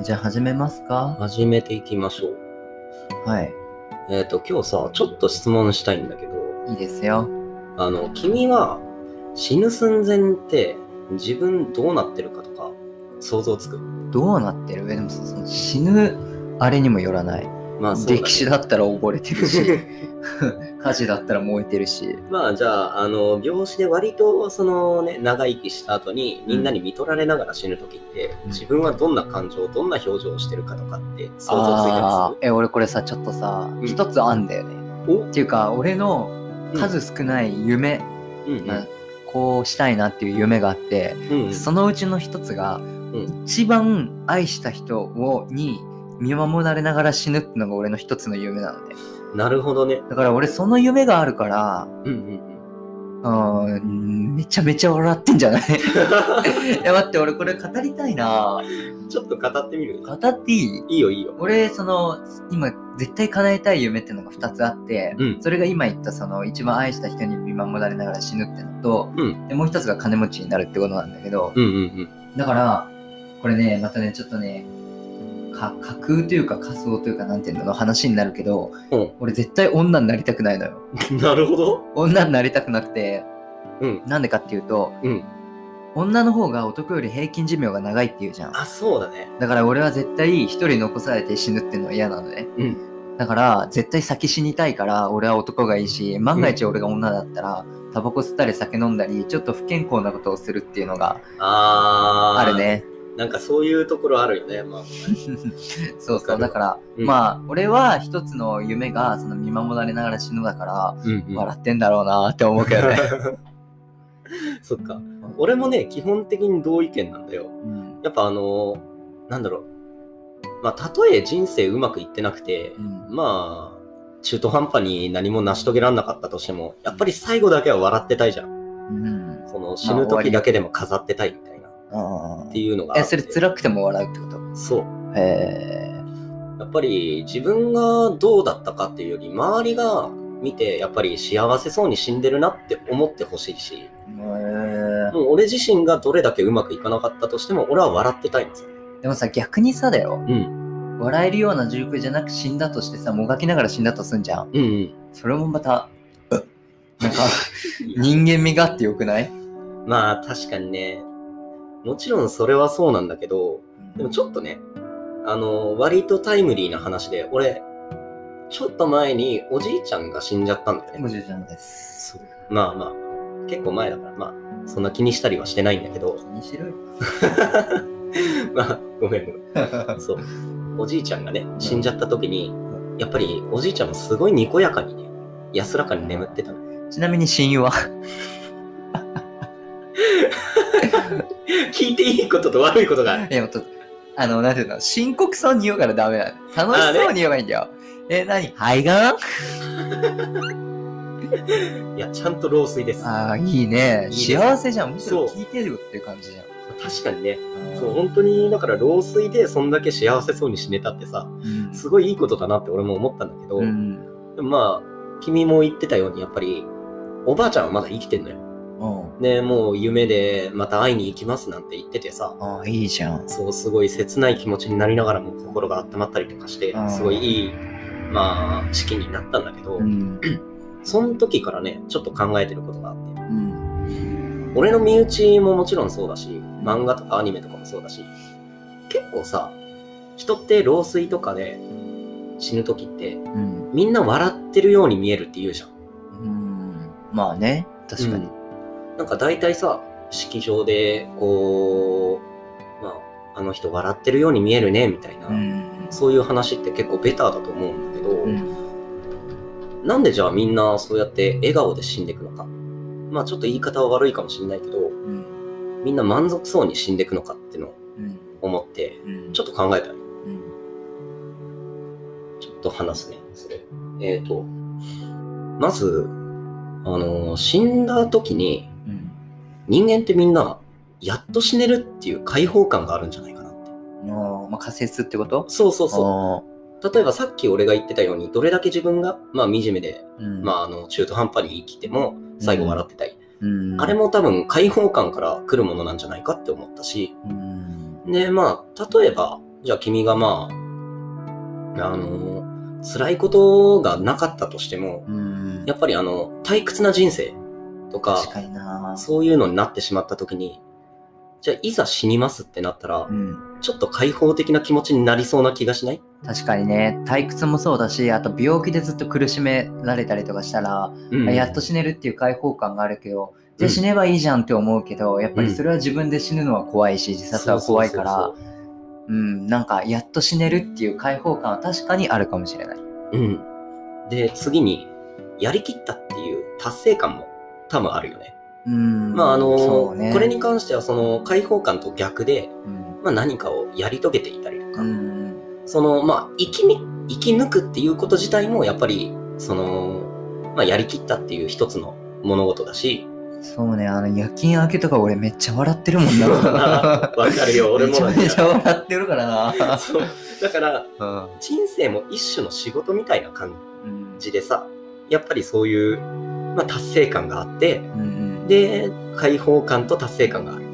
じゃあ始めますか？ 始めていきましょう。 はい。 今日さ、ちょっと質問したいんだけど、 いいですよ。 君は死ぬ寸前って自分どうなってるかとか想像つく？ どうなってる？でもその死ぬあれにもよらない。 まあそうだね。 溺死だったら溺れてるし、火事だったら燃えてるし。 まあじゃあ、病死で割とそのね、長生きした後にみんなに見取られながら死ぬ時って、自分はどんな感情、どんな表情をしてるかとかって想像ついたりする？ 俺これさ、ちょっとさ、一つあんだよね。っていうか、俺の数少ない夢、こうしたいなっていう夢があって、そのうちの一つが、一番愛した人に見守られながら死ぬってのが俺の一つの夢なのね。 なるほどね。 だから俺その夢があるから、めちゃめちゃ笑ってんじゃない？いや待って俺これ語りたいな。 ちょっと語ってみる？ 語っていい？ いいよいいよ。 俺今絶対叶えたい夢っていうのが2つあって、それが今言ったその一番愛した人に見守られながら死ぬってのと、でもう一つが金持ちになるってことなんだけど、だからこれねまたねちょっとね架空というか仮想というかなんていうの話になるけど、俺絶対女になりたくないのよ。 なるほど。 女になりたくなくて、なんでかっていうと、女の方が男より平均寿命が長いっていうじゃん。 あ、そうだね。 だから俺は絶対一人残されて死ぬっていうのは嫌なのね。だから絶対先死にたいから俺は男がいいし、万が一俺が女だったら、タバコ吸ったり酒飲んだりちょっと不健康なことをするっていうのがあるね。 なんかそういうところあるよね。まあ、 そうそう。だから、まあ俺は一つの夢がその見守られながら死ぬだから、笑ってんだろうなって思うけどね。 そっか。俺もね基本的に同意見なんだよ。やっぱなんだろう。まあたとえ人生うまくいってなくて、まあ中途半端に何も成し遂げられなかったとしても、やっぱり最後だけは笑ってたいじゃん。その死ぬ時だけでも飾ってたいみたいな。っていうのが。 それ辛くても笑うってこと？ そう。やっぱり自分がどうだったかっていうより、周りが見てやっぱり幸せそうに死んでるなって思ってほしいし、もう俺自身がどれだけうまくいかなかったとしても俺は笑ってたいんですよ。 でもさ逆にさだよ、笑えるような状況じゃなく死んだとしてさ、もがきながら死んだとすんじゃん。それもまたなんか人間味があってよくない？ まあ確かにね、もちろんそれはそうなんだけど、でもちょっとね、割とタイムリーな話で、俺ちょっと前におじいちゃんが死んじゃったんだよね。 おじいちゃんです。 そう。まあまあ結構前だから、まあそんな気にしたりはしてないんだけど。 気にしろよ。 まあごめん。そう。おじいちゃんがね死んじゃった時に、やっぱりおじいちゃんもすごいにこやかにね、安らかに眠ってたの。 ちなみに死因は聞いていいことと悪いことがある。 なんていうの、深刻そうに言うからダメなの。楽しそうに言えばいいんだよ。何？肺がん？ いや、ちゃんと老衰です。 いいね。幸せじゃん。むしろ聞いてるっていう感じじゃん。 確かにね。そう、本当に、だから老衰でそんだけ幸せそうに死ねたってさ、すごいいいことだなって俺も思ったんだけど、でもまあ、君も言ってたように、やっぱり、おばあちゃんはまだ生きてんのよ。で、もう夢でまた会いに行きますなんて言っててさ、 いいじゃん。 そう、すごい切ない気持ちになりながらも心が温まったりとかして、すごいいい、まあ、式になったんだけど、その時からね、ちょっと考えてることがあって、俺の身内ももちろんそうだし、漫画とかアニメとかもそうだし、結構さ、人って老衰とかで死ぬ時って、みんな笑ってるように見えるって言うじゃん。 まあね、確かに。 なんか大体さ、式場でこう、まあ、あの人笑ってるように見えるねみたいな、そういう話って結構ベターだと思うんだけど、なんでじゃあみんなそうやって笑顔で死んでいくのか。まあちょっと言い方は悪いかもしれないけど、みんな満足そうに死んでいくのかっていうのを思って、ちょっと考えたり、ちょっと話すね。それ。まず、死んだ時に、人間ってみんな、やっと死ねるっていう解放感があるんじゃないかなって。 仮説ってこと？ そうそうそう。例えばさっき俺が言ってたように、どれだけ自分が、まあ惨めで、中途半端に生きても、最後笑ってたい。あれも多分解放感から来るものなんじゃないかって思ったし、で、まあ、例えば、 じゃあ君がまあ、辛いことがなかったとしても、やっぱり退屈な人生とか、 確かにな、 そういうのになってしまった時に、じゃあいざ死にますってなったら、ちょっと開放的な気持ちになりそうな気がしない？ 確かにね、退屈もそうだし、あと病気でずっと苦しめられたりとかしたら、やっと死ねるっていう解放感があるけど、じゃあ死ねばいいじゃんって思うけど、やっぱりそれは自分で死ぬのは怖いし、自殺は怖いから、なんかやっと死ねるっていう解放感は確かにあるかもしれない。 で、次に、やりきったっていう達成感も多分あるよね。まあこれに関してはその解放感と逆で、まあ何かをやり遂げていたりとか、そのまあ生き抜くっていうこと自体もやっぱりそのまあやりきったっていう一つの物事だし。 そうね、夜勤明けとか俺めっちゃ笑ってるもんな。 わかるよ、俺もなんだ。 めちゃめちゃ笑ってるからな。 そうだから、人生も一種の仕事みたいな感じでさ、やっぱりそういう、まあ、達成感があって、で解放感と達成感がある。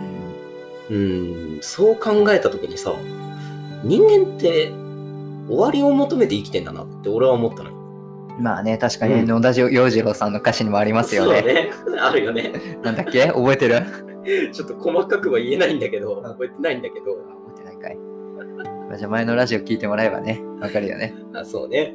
そう考えた時にさ、人間って終わりを求めて生きてんだなって俺は思ったのよ。 まあね、確かに野田洋次郎さんの歌詞にもありますよね。 そうね、あるよね。 なんだっけ、覚えてる？ ちょっと細かくは言えないんだけど、覚えてないんだけど。 覚えてないかい。じゃあ前のラジオ聞いてもらえばね、わかるよね。 そうね。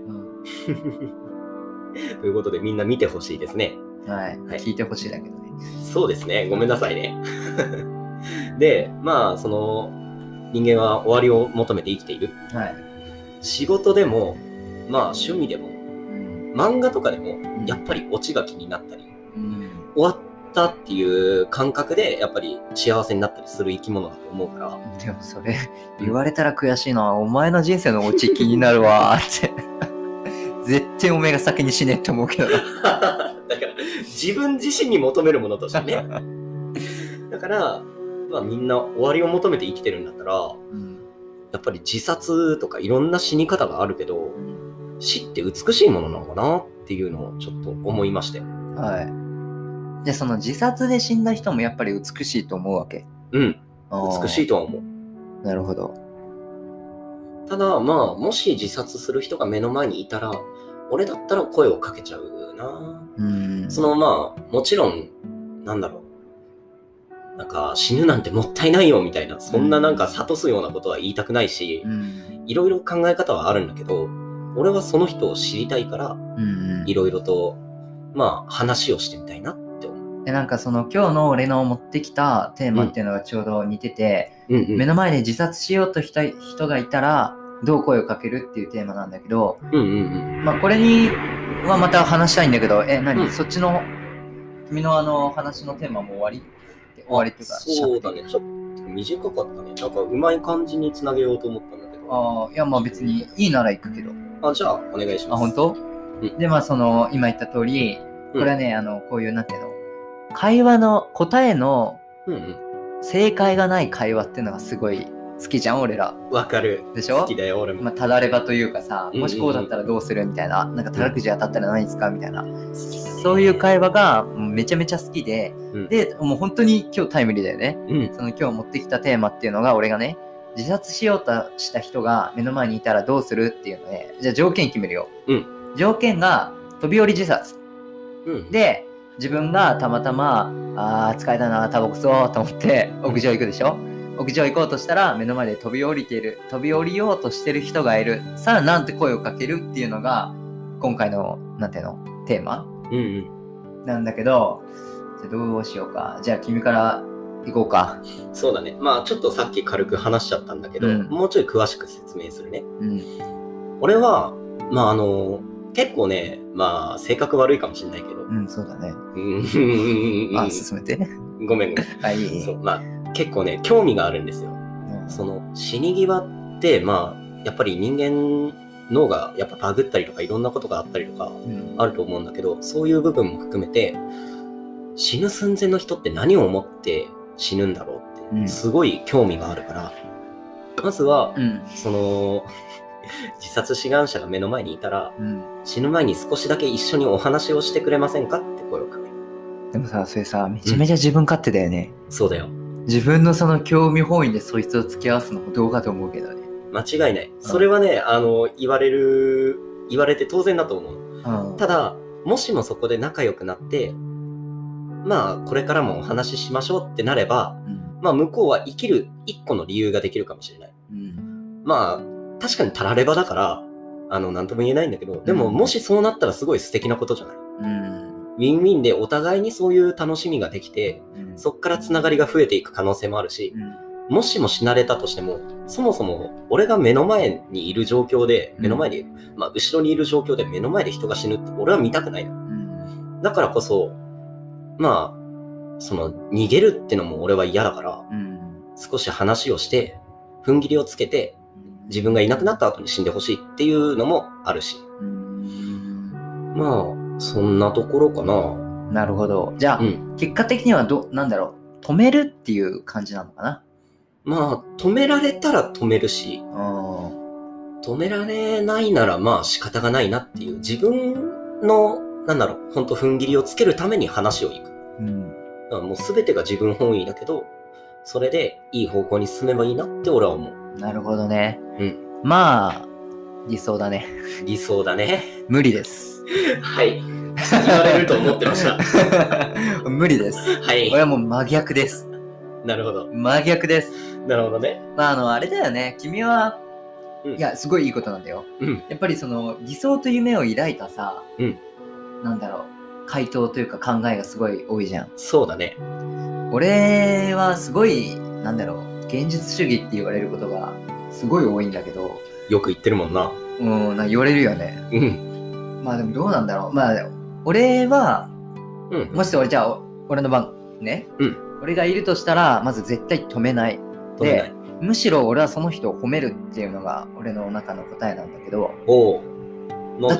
ということでみんな見てほしいですね。 はい、聞いてほしいだけどね。 そうですね、ごめんなさいね。で、まあその人間は終わりを求めて生きている。仕事でも、まあ趣味でも、漫画とかでもやっぱりオチが気になったり、終わったっていう感覚でやっぱり幸せになったりする生き物だと思うから。 でもそれ言われたら悔しいな。お前の人生のオチ気になるわって絶対お前が先に死ねって思うけどな。 だから自分自身に求めるものとしてね。だからまあみんな終わりを求めて生きてるんだったら、やっぱり自殺とかいろんな死に方があるけど、死って美しいものなのかなっていうのをちょっと思いましたよ。 じゃあその自殺で死んだ人もやっぱり美しいと思うわけ？ 美しいとは思う。 なるほど。ただまあもし自殺する人が目の前にいたら、俺だったら声をかけちゃうな。そのまあもちろんなんだろう、なんか死ぬなんてもったいないよみたいな、そんななんか諭すようなことは言いたくないし、いろいろ考え方はあるんだけど、俺はその人を知りたいから、いろいろとまあ話をしてみたいなって思う。 なんかその今日の俺の持ってきたテーマっていうのがちょうど似てて、目の前で自殺しようとした人がいたらどう声をかけるっていうテーマなんだけど、まあこれにはまた話したいんだけど、そっちの君の話のテーマも終わりっていうか。 そうだね、ちょっと短かったね。なんかうまい感じにつなげようと思ったんだけど。 いやまあ別にいいなら行くけど。 じゃあお願いします。 本当？でまあその今言った通り、これはねこういうなんていうの、会話の答えの正解がない会話っていうのがすごい好きじゃん俺ら。 わかるでしょ？ 好きだよ俺も。 まあただればというかさ、もしこうだったらどうするみたいな、なんか宝くじ当たったら何ですかみたいな、そういう会話がめちゃめちゃ好きで、でもう本当に今日タイムリーだよね。その今日持ってきたテーマっていうのが、俺がね自殺しようとした人が目の前にいたらどうするっていうので、じゃあ条件決めるよ。条件が飛び降り自殺。で自分がたまたま疲れたなタバコ吸おうと思って屋上行くでしょ。屋上行こうとしたら目の前で飛び降りようとしてる人がいる。さあなんて声をかけるっていうのが今回のなんていうのテーマ、なんだけど、じゃあどうしようか。じゃあ君から行こうか。 そうだね。まあちょっとさっき軽く話しちゃったんだけど、もうちょい詳しく説明するね。俺はまあ結構ね、まあ性格悪いかもしれないけど。 そうだね。進めて。 ごめん。そう、まあ結構ね興味があるんですよ。その死に際ってまあやっぱり人間脳がやっぱバグったりとかいろんなことがあったりとかあると思うんだけど、そういう部分も含めて死ぬ寸前の人って何を思って死ぬんだろうってすごい興味があるから、まずは、その自殺志願者が目の前にいたら、死ぬ前に少しだけ一緒にお話をしてくれませんかって声をかける。 でもさ、それさめちゃめちゃ自分勝手だよね。 そうだよ。 自分のその興味本位でそいつを付き合わすのもどうかと思うけどね。 間違いない。それはね、言われて当然だと思う。ただ、もしもそこで仲良くなって、まあ、これからもお話ししましょうってなれば、まあ、向こうは生きる一個の理由ができるかもしれない。まあ、確かにたらればだから、なんとも言えないんだけど、でも、もしそうなったらすごい素敵なことじゃない。ウィンウィンでお互いにそういう楽しみができて、そっからつながりが増えていく可能性もあるし、もしも死なれたとしても、そもそも俺が目の前にいる状況で、まあ、後ろにいる状況で目の前で人が死ぬって俺は見たくないの。だからこそ、まあ、逃げるってのも俺は嫌だから、少し話をして、踏ん切りをつけて、自分がいなくなった後に死んでほしいっていうのもあるし。まあ、そんなところかな。 なるほど。じゃあ、結果的にはなんだろう、止めるっていう感じなのかな。 まあ、止められたら止めるし、止められないならまあ仕方がないなっていう、自分の、ほんと踏ん切りをつけるために話をいく。だからもう全てが自分本位だけど、それでいい方向に進めばいいなって俺は思う。 なるほどね。まあ、理想だね。 理想だね。 無理です。 はい。言われると思ってました。 無理です。 はい。 俺はもう真逆です。 なるほど。 真逆です。 なるほどね。 まあ、あれだよね。君は、いや、すごいいいことなんだよ。やっぱり理想と夢を抱いたさ、なんだろう、回答というか考えがすごい多いじゃん。 そうだね。 俺はすごい、現実主義って言われることがすごい多いんだけど。 よく言ってるもんな。 言われるよね。まあでもどうなんだろう。まあ、俺は、もし俺の番ね、俺がいるとしたら、まず絶対止めない。で、むしろ俺はその人を褒めるっていうのが俺の中の答えなんだけど。だって、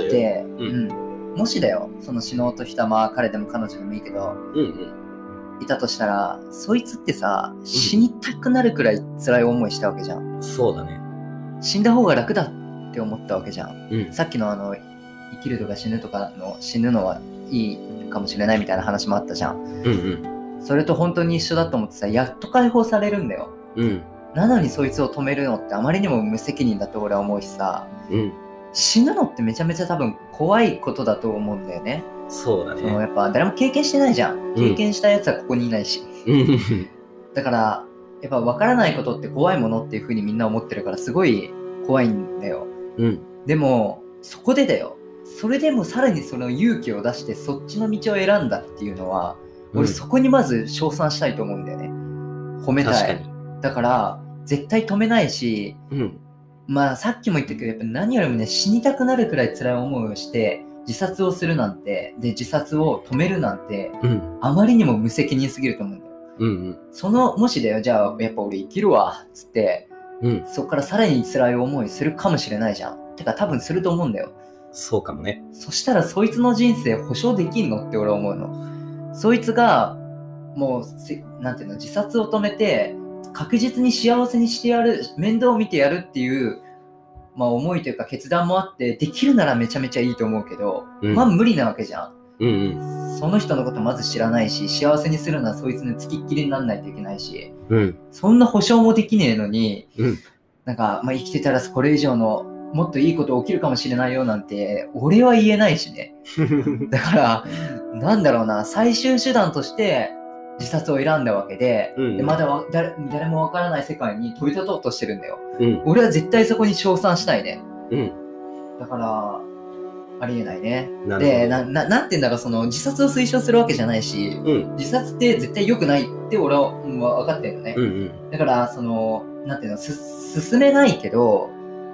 もしだよ、死のうとした彼でも彼女でもいいけど、いたとしたら、そいつってさ、死にたくなるくらい辛い思いしたわけじゃん。 そうだね。 死んだ方が楽だって思ったわけじゃん。さっきの生きるとか死ぬとかの死ぬのはいいかもしれないみたいな話もあったじゃん。それと本当に一緒だと思ってさ、やっと解放されるんだよ。なのにそいつを止めるのってあまりにも無責任だと俺は思うしさ、死ぬのってめちゃめちゃ多分怖いことだと思うんだよね。 そうだね。 やっぱ誰も経験してないじゃん。経験したやつはここにいないし。だから、やっぱ分からないことって怖いものっていう風にみんな思ってるからすごい怖いんだよ。でも、そこでだよ。それでもさらにその勇気を出してそっちの道を選んだっていうのは、俺そこにまず称賛したいと思うんだよね。褒めたい。 確かに。 だから、絶対止めないし、まあさっきも言ったけど、やっぱ何よりもね、死にたくなるくらい辛い思いをして、自殺をするなんて、で、自殺を止めるなんて、あまりにも無責任すぎると思うんだよ。もしだよ、じゃあ、やっぱ俺生きるわ、つって、そっからさらに辛い思いするかもしれないじゃん。てか多分すると思うんだよ。 そうかもね。 そしたらそいつの人生保証できんのって俺は思うの。そいつが、もう、なんていうの、自殺を止めて、確実に幸せにしてやる、面倒を見てやるっていう、まあ思いというか決断もあって、できるならめちゃめちゃいいと思うけど、まあ無理なわけじゃん。その人のことまず知らないし、幸せにするのはそいつにつきっきりにならないといけないし、そんな保証もできねえのに、なんか、まあ生きてたらこれ以上のもっといいこと起きるかもしれないよなんて、俺は言えないしね。だから、なんだろうな、最終手段として、自殺を選んだわけで、でまだ誰もわからない世界に飛び立とうとしてるんだよ。俺は絶対そこに称賛したいね。だから、ありえないね。で、なんて言うんだろう、自殺を推奨するわけじゃないし、自殺って絶対良くないって俺は分かってるのね。だから、なんていうの、進めないけど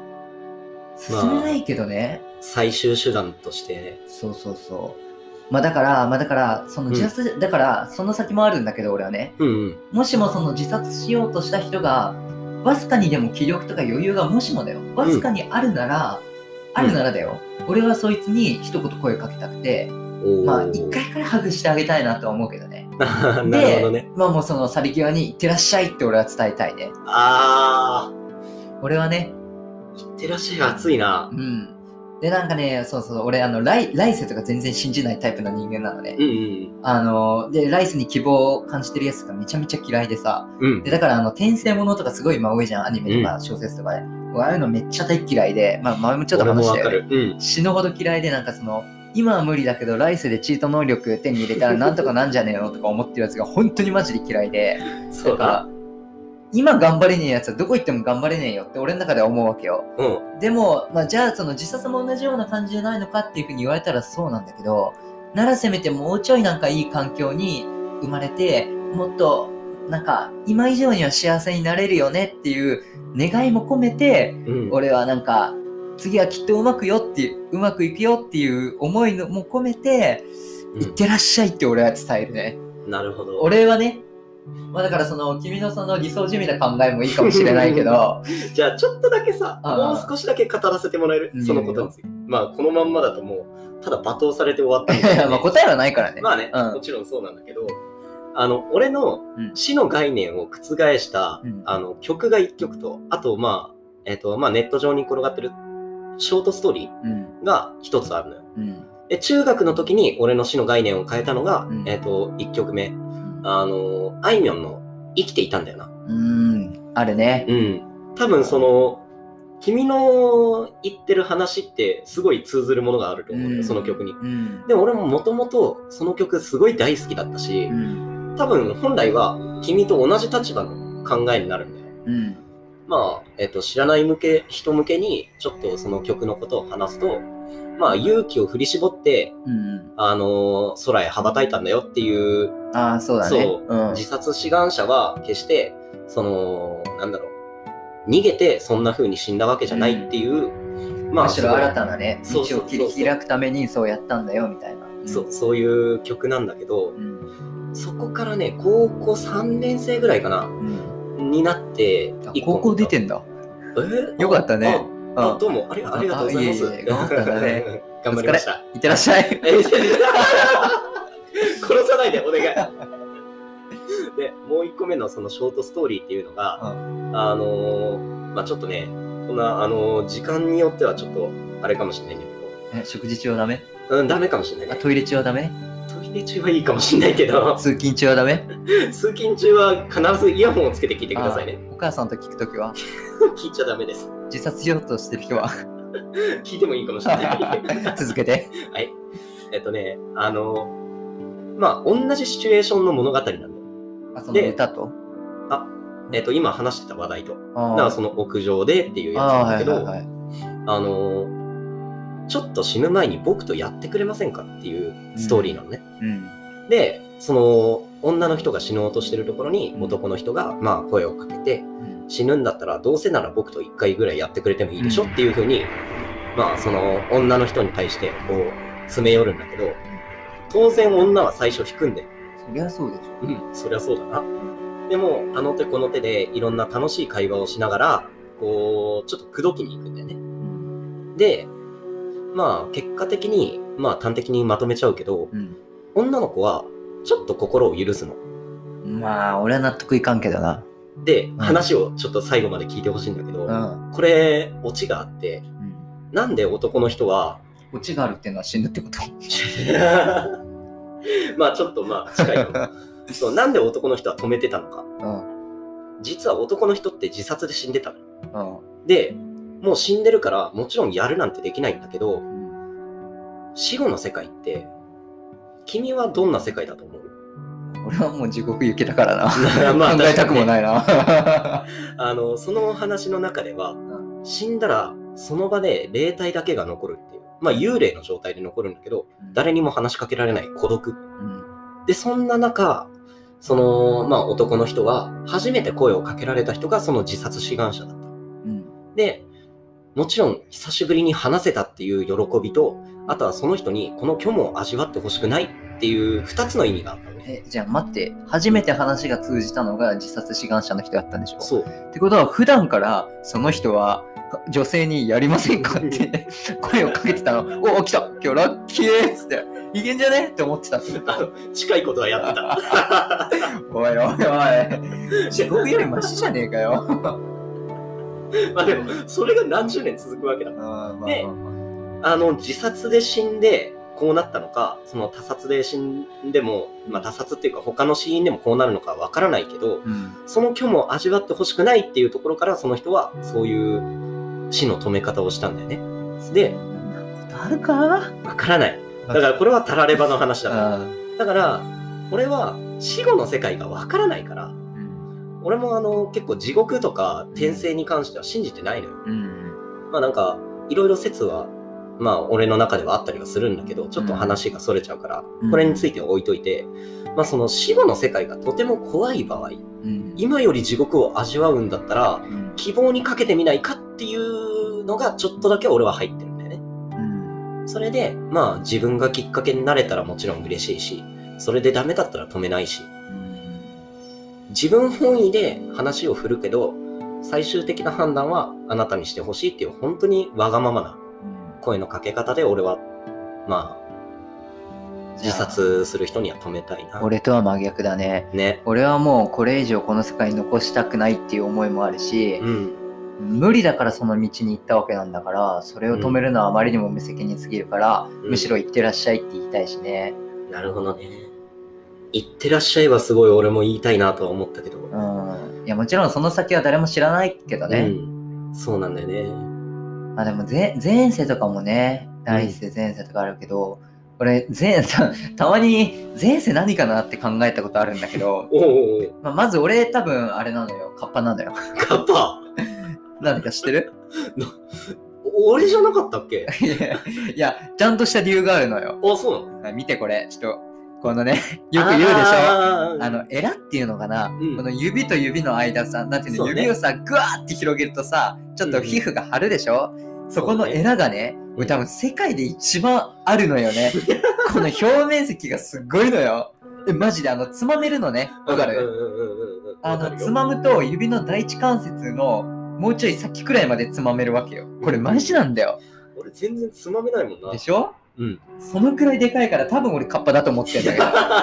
ね。 最終手段として。 そう。まあだから、自殺、だから、その先もあるんだけど、俺はね。もしも自殺しようとした人が、わずかにでも気力とか余裕がもしもだよ。わずかにあるならだよ。俺はそいつに一言声かけたくて、まあ一回からハグしてあげたいなとは思うけどね。 なるほどね。 まあもう去り際に、いってらっしゃいって俺は伝えたいね。俺はね。 いってらっしゃいは熱いな。 で、なんかね、俺、来世とか全然信じないタイプの人間なのね。で、来世に希望を感じてるやつがめちゃめちゃ嫌いでさ。で、だから、転生ものとかすごい今多いじゃん、アニメとか小説とかで。 ああいうのめっちゃ大嫌いで、まあ前もちょっと話したよね。死ぬほど嫌いで、なんかその今は無理だけど来世でチート能力手に入れたらなんとかなんじゃねえのとか思ってるやつが本当にマジで嫌いで、 そうだ。 今頑張れねえやつはどこ行っても頑張れねえよって俺の中では思うわけよ。でも、まあ、じゃあその自殺も同じような感じじゃないのかっていうふうに言われたらそうなんだけど、ならせめてもうちょいなんかいい環境に生まれて、もっとなんか今以上には幸せになれるよねっていう願いも込めて、俺はなんか次はきっとうまくいくよっていう思いのも込めて、いってらっしゃいって俺は伝えるね。 なるほど。 俺はね、まあだからその君のその理想じみな考えもいいかもしれないけどじゃあちょっとだけさ、もう少しだけ語らせてもらえる、そのことについて。まあこのまんまだともうただ罵倒されて終わったみたいな、ね、 まあ答えはないからね。 まあね、もちろんそうなんだけど、俺の死の概念を覆した、曲が1曲と、あとまあまあネット上に転がってるショートストーリーが1つあるのよ。で中学の時に俺の死の概念を変えたのが、1曲目。あいみょんの生きていたんだよな。 あれね。 多分その、君の言ってる話ってすごい通ずるものがあると思うんだよ、その曲に。でも俺ももともとその曲すごい大好きだったし、多分本来は君と同じ立場の考えになるんだよ。まあ、知らない人向けにちょっとその曲のことを話すと、まあ勇気を振り絞って、空へ羽ばたいたんだよっていう、 そうだね。 自殺志願者は決して、その、なんだろう、逃げてそんな風に死んだわけじゃないっていう、 まあ、むしろ新たなね、道を切り開くためにそうやったんだよみたいな。 そういう曲なんだけど、そこからね、高校3年生ぐらいかな、になって、 高校出てんだ。よかったね。 どうもありがとうございます。 頑張ったんだね。 頑張りました。 いってらっしゃい。 殺さないでお願い。で、もう一個目のそのショートストーリーっていうのが、まあちょっとね、こんな時間によってはちょっとあれかもしれないんだけど。食事中はダメ？ ダメかもしれないね。 トイレ中はダメ？ トイレ中はいいかもしれないけど。 通勤中はダメ？ 通勤中は必ずイヤホンをつけて聞いてくださいね。 お母さんと聞くときは聞いちゃダメです。 自殺しようとしてる人は聞いてもいいかもしれない。 続けて。 はい。まあ、同じシチュエーションの物語なんだよ。 その歌と？ 今話してた話題と。だからその屋上でっていうやつなんだけど、ちょっと死ぬ前に僕とやってくれませんかっていうストーリーなのね。で、その女の人が死のうとしてるところに男の人がまあ声をかけて、死ぬんだったらどうせなら僕と1回ぐらいやってくれてもいいでしょっていう風に、まあその女の人に対してこう詰め寄るんだけど、当然女は最初引くんで。 そりゃそうでしょ。 そりゃそうだな。でもあの手この手でいろんな楽しい会話をしながら、こうちょっと口説きに行くんだよね。で、まあ結果的にまあ端的にまとめちゃうけど、女の子はちょっと心を許すの。 まあ俺は納得いかんけどな。 で、話をちょっと最後まで聞いてほしいんだけど、これオチがあって、なんで男の人はオチがあるっていうのは死ぬってこと？ まあちょっとまあ近いかも。そう、なんで男の人は止めてたのか。実は男の人って自殺で死んでたの。で、もう死んでるからもちろんやるなんてできないんだけど、死後の世界って君はどんな世界だと思う？ 俺はもう地獄行けたからな。まあ、考えたくもないな。 その話の中では、死んだらその場で霊体だけが残るっていう、まあ幽霊の状態で残るんだけど、誰にも話しかけられない孤独。で、そんな中、その、まあ男の人は、初めて声をかけられた人がその自殺志願者だった。で、もちろん久しぶりに話せたっていう喜びと、あとはその人にこの虚無を味わってほしくないっていう2つの意味があったのね。 じゃあ待って、初めて話が通じたのが自殺志願者の人だったんでしょ？ そう。 ってことは普段からその人は女性にやりませんかって声をかけてたの。お、来た、今日ラッキーっつって、いけんじゃねって思ってたって。 近いことはやってた。 おいおいおい、地獄よりマシじゃねえかよ。 まあでも、それが何十年続くわけだから。で、自殺で死んでこうなったのか、その他殺で死んでも、まあ他殺っていうか他の死因でもこうなるのかわからないけど、その虚無を味わってほしくないっていうところから、その人はそういう死の止め方をしたんだよね。で、 そんなことあるか？ わからない。だからこれはタラレバの話だから。だから、俺は死後の世界がわからないから、俺も結構地獄とか転生に関しては信じてないのよ。まあなんか、いろいろ説は、まあ俺の中ではあったりはするんだけど、ちょっと話がそれちゃうから、これについて置いといて、まあその死後の世界がとても怖い場合、今より地獄を味わうんだったら、希望にかけてみないかっていうのがちょっとだけ俺は入ってるんだよね。それで、まあ自分がきっかけになれたらもちろん嬉しいし、それでダメだったら止めないし、自分本位で話を振るけど、最終的な判断はあなたにしてほしいっていう本当にわがままな声のかけ方で俺は、まあ、自殺する人には止めたいな。 俺とは真逆だね。俺はもうこれ以上この世界に残したくないっていう思いもあるし、無理だからその道に行ったわけなんだから、それを止めるのはあまりにも無責任すぎるから、むしろ行ってらっしゃいって言いたいしね。 なるほどね。行ってらっしゃいはすごい俺も言いたいなとは思ったけど。 いやもちろんその先は誰も知らないけどね。 そうなんだよね。 まあでも前世とかもね、来世前世とかあるけど、俺たまに前世何かなって考えたことあるんだけど、まず俺多分あれなのよ、カッパなのよ。 カッパ何か知ってる？ 俺じゃなかったっけ？ いや、ちゃんとした理由があるのよ。 そうなの？ 見てこれ、ちょっと、このね、よく言うでしょ？エラっていうのかな、この指と指の間さ、なんていうの、指をさ、ぐわーって広げるとさ、ちょっと皮膚が張るでしょ？そこのエラがね、多分世界で一番あるのよね。この表面積がすっごいのよ。マジでつまめるのね。わかる？つまむと指の第一関節のもうちょい先くらいまでつまめるわけよ。これマジなんだよ。 俺全然つまめないもんな。 でしょ？そのくらいでかいから多分俺カッパだと思ってんだけど。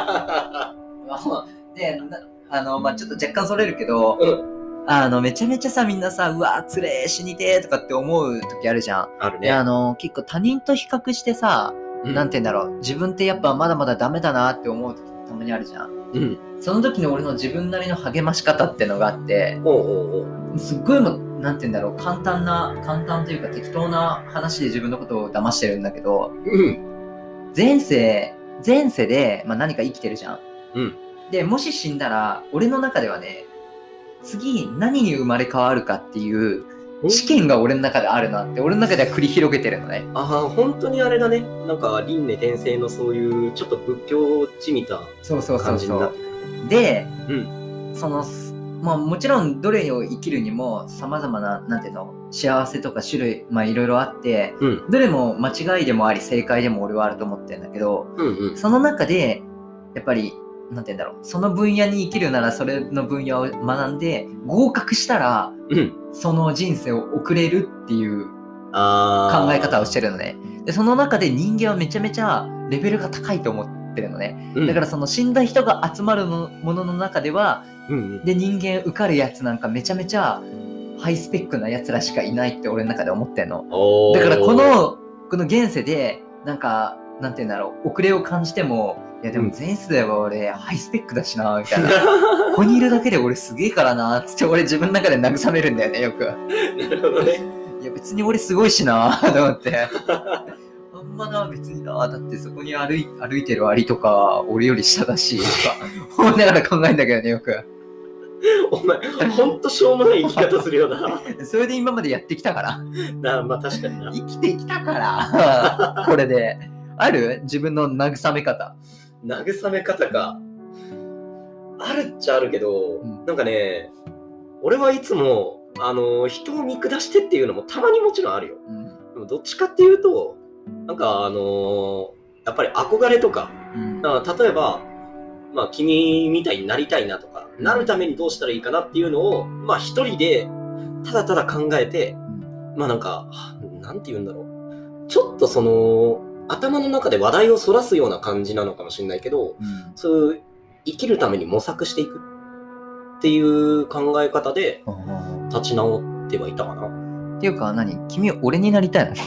で、まあちょっと若干それるけど、めちゃめちゃさ、みんなさ、うわ、つれー、死にてーとかって思う時あるじゃん。 あるね。 で、結構他人と比較してさ、なんて言うんだろう、自分ってやっぱまだまだダメだなって思う時たまにあるじゃん。その時の俺の自分なりの励まし方ってのがあって、すっごいもう、なんて言うんだろう、簡単というか適当な話で自分のことを騙してるんだけど、前世で、まあ、何か生きてるじゃん。で、もし死んだら、俺の中ではね、次何に生まれ変わるかっていう試験が俺の中であるなって俺の中では繰り広げてるのね。 本当にあれだね。なんか輪廻転生のそういうちょっと仏教じみた感じになってる。 で、まあもちろんどれを生きるにも様々な、なんていうの、幸せとか種類、まあいろいろあって、どれも間違いでもあり正解でも俺はあると思ってるんだけど、その中でやっぱりなんて言うんだろう、その分野に生きるならそれの分野を学んで合格したら、その人生を送れるっていう考え方をしてるのね。でその中で人間はめちゃめちゃレベルが高いと思ってるのね。だからその死んだ人が集まるものの中では、で人間受かるやつなんかめちゃめちゃハイスペックなやつらしかいないって俺の中で思ってんの。だからこの現世でなんかなんて言うんだろう、遅れを感じても、いやでも前世は俺ハイスペックだしなみたいな、ここにいるだけで俺すげえからなつって俺自分の中で慰めるんだよね、よく。 なるほどね。 いや別に俺すごいしなと思ってあんまな別にな、だってそこに歩いてるアリとか俺より下だしとか思いながら考えんだけどね、よく。 お前ほんとしょうもない生き方するよな。 それで今までやってきたからまあ確かにな、 生きてきたからこれである？自分の慰め方かあるっちゃあるけど、なんかね、俺はいつも人を見下してっていうのもたまにもちろんあるよ。でもどっちかっていうとなんかやっぱり憧れとか、例えばまあ君みたいになりたいなとか、なるためにどうしたらいいかなっていうのをまあ一人でただただ考えて、まあなんかなんて言うんだろう、ちょっとその頭の中で話題をそらすような感じなのかもしれないけど、そういう生きるために模索していくっていう考え方で立ち直ってはいたかな。 っていうか君俺になりたいの？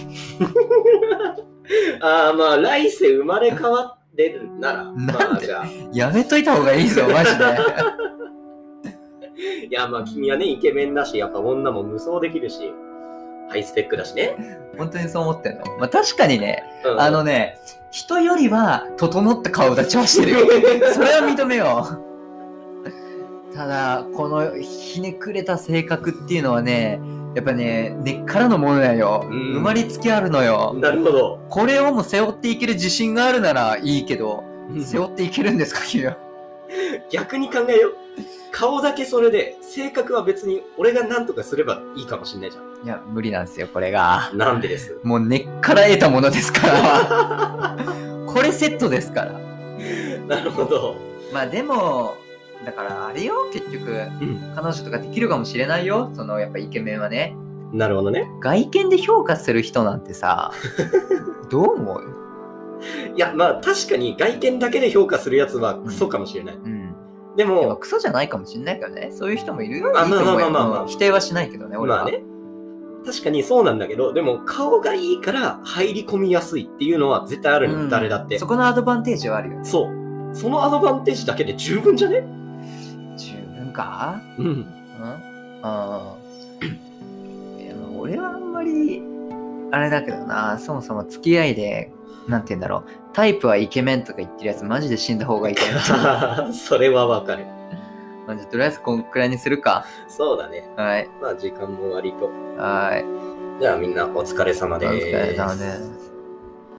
まあ来世生まれ変われるなら、まあじゃあやめといた方がいいぞマジで。 いやまあ君はねイケメンだし、やっぱ女も無双できるし、 ハイスペックだしね。 本当にそう思ってんの？まあ確かにね、人よりは整った顔立ちはしてるよ。それは認めよう。ただ、このひねくれた性格っていうのはね、やっぱね、根っからのものだよ。生まれつきあるのよ。 なるほど。 これをも背負っていける自信があるならいいけど、背負っていけるんですか、君は。 逆に考えよう。顔だけそれで、性格は別に俺が何とかすればいいかもしれないじゃん。 いや、無理なんですよ、これが。 なんでです？ もう根っから得たものですから。これセットですから。 なるほど。 まあでも、だからあれよ、結局、彼女とかできるかもしれないよ。やっぱイケメンはね。 なるほどね。 外見で評価する人なんてさ、どう思う？ いや、まあ確かに外見だけで評価するやつはクソかもしれない。でもクソじゃないかもしれないけどね。そういう人もいるよ。 まあ否定はしないけどね、俺は。 まあね。確かにそうなんだけど、でも顔がいいから入り込みやすいっていうのは絶対あるの、誰だって。 そこのアドバンテージはあるよね。 そう。そのアドバンテージだけで十分じゃね？ 十分か？俺はあんまり、あれだけどな、そもそも付き合いで、なんて言うんだろう、タイプはイケメンとか言ってるやつマジで死んだ方がいいと思う。 それはわかる。 まあ、じゃあとりあえずこんくらいにするか。 そうだね。 はい。 まあ時間も割と。 はい。 じゃあみんなお疲れ様です。 お疲れ様です。